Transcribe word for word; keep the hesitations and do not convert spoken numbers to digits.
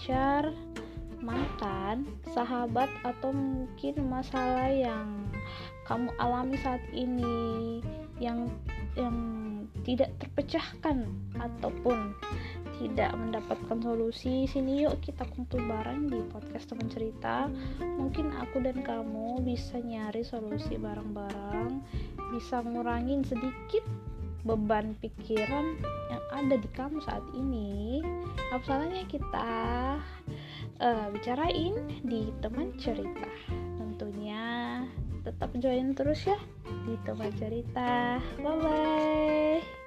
pacar, mantan, sahabat, atau mungkin masalah yang kamu alami saat ini yang yang tidak terpecahkan ataupun tidak mendapatkan solusi. Sini yuk kita kumpul bareng di podcast teman cerita. Mungkin aku dan kamu bisa nyari solusi bareng-bareng, bisa ngurangin sedikit beban pikiran yang ada di kamu saat ini. Apa salahnya kita uh, bicarain di teman cerita. Tentunya tetap join terus ya di teman cerita. Bye bye.